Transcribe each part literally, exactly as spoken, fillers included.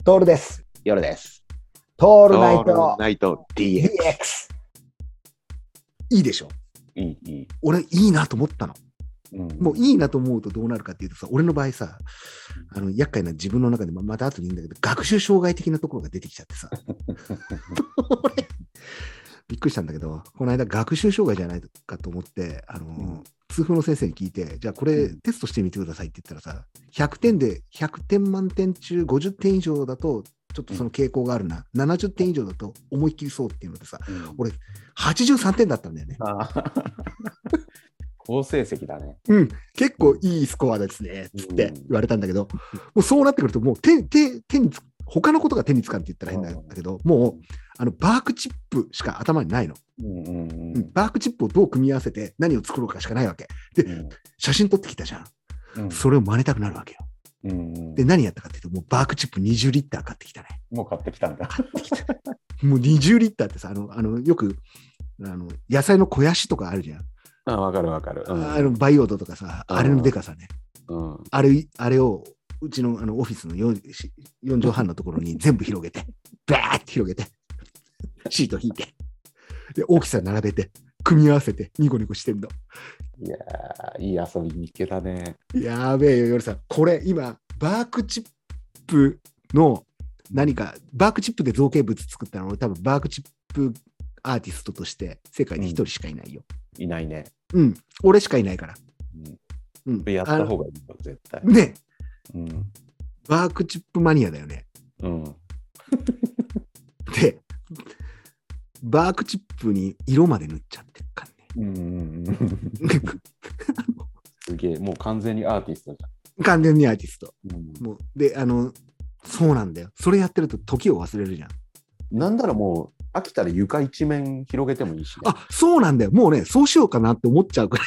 トールです。 夜です。 トールオールナイトナイト ディーエックス。 ディーエックス。いいでしょ。 いい、いい。 俺いいなと思ったの。 うん、 もういいなと思うとどうなるかっていうとさ、俺の場合さ、あの厄介な自分の中でまた後にいいんだけど、学習障害的なところが出てきちゃってさ。俺びっくりしたんだけど、この間学習障害じゃないかと思って、あの、うん、痛風の先生に聞いて、じゃあこれテストしてみてくださいって言ったらさ、ひゃくてんでひゃくてん満点中ごじゅってん以上だと、ちょっとその傾向があるな、ななじゅってん以上だと思いっきりそうっていうのでさ、うん、俺はちじゅうさんてんだったんだよね。 好成績だね。 うん、結構いいスコアですねつって言われたんだけど、うん、もうそうなってくるともう手手手につ他のことが手につかんって言ったら変なんだけど、うん、もうあのバークチップしか頭にないの、うんうんうん、バークチップをどう組み合わせて何を作ろうかしかないわけで、うん、写真撮ってきたじゃん、うん、それを真似たくなるわけよ、うんうん、で何やったかっていうと、もうバークチップにじゅうリッター買ってきたね。 もう買ってきたんだ。 買ってきたもうにじゅうリッターってさ、あのあのよくあの野菜の肥やしとかあるじゃん。 あ、わかるわかる、 うん、あの培養土とかさ、あれのでかさね、うん、あれあれをうちの、あのオフィスの 4, よん畳半のところに全部広げてバーって広げてシート引いてで大きさ並べて組み合わせてニコニコしてんの。 いやー、いい遊びに行けたね。 やべえよ、夜さん、これ今バークチップの何かバークチップで造形物作ったの、俺多分バークチップアーティストとして世界で一人しかいないよ、 うん、いないね。 うん、俺しかいないから、 うんうん、やった方がいいよ絶対ね、 うん、 バークチップマニアだよね、うん、でバークチップに色まで塗っちゃってるからね、うんうんうん、 すげえ、もう完全にアーティストじゃん。 完全にアーティスト、うん、もうで、あのそうなんだよ、それやってると時を忘れるじゃん。 なんだらもう飽きたら床一面広げてもいいし、ね、 あ、そうなんだよ、もうね、そうしようかなって思っちゃうくらい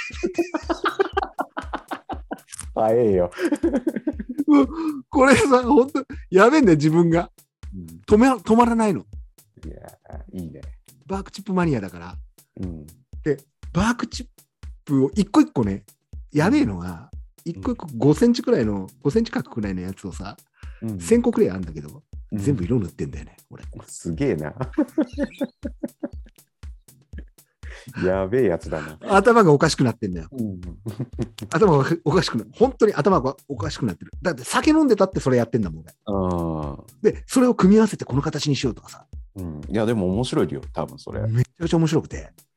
あ、ええよもうこれさ、本当やべえんだよ自分が、うん、止め止まらないの。 いやいいね、 バークチップマニアだから、うん、でバークチップを一個一個ね、やべえのが一個一個ごセンチくらいのごセンチ角くらいのやつをさ、うん、せんこくらいあるんだけど、うん、全部色塗ってんだよね、俺。 すげえなやべえやつだな。 頭がおかしくなってんだよ、うん、頭がおかしくなる、本当に頭がおかしくなってる。だって酒飲んでたってそれやってんだもん俺。あでそれを組み合わせてこの形にしようとかさ、 うん、いやでも面白いよ多分それ。 めちゃくちゃ面白くて、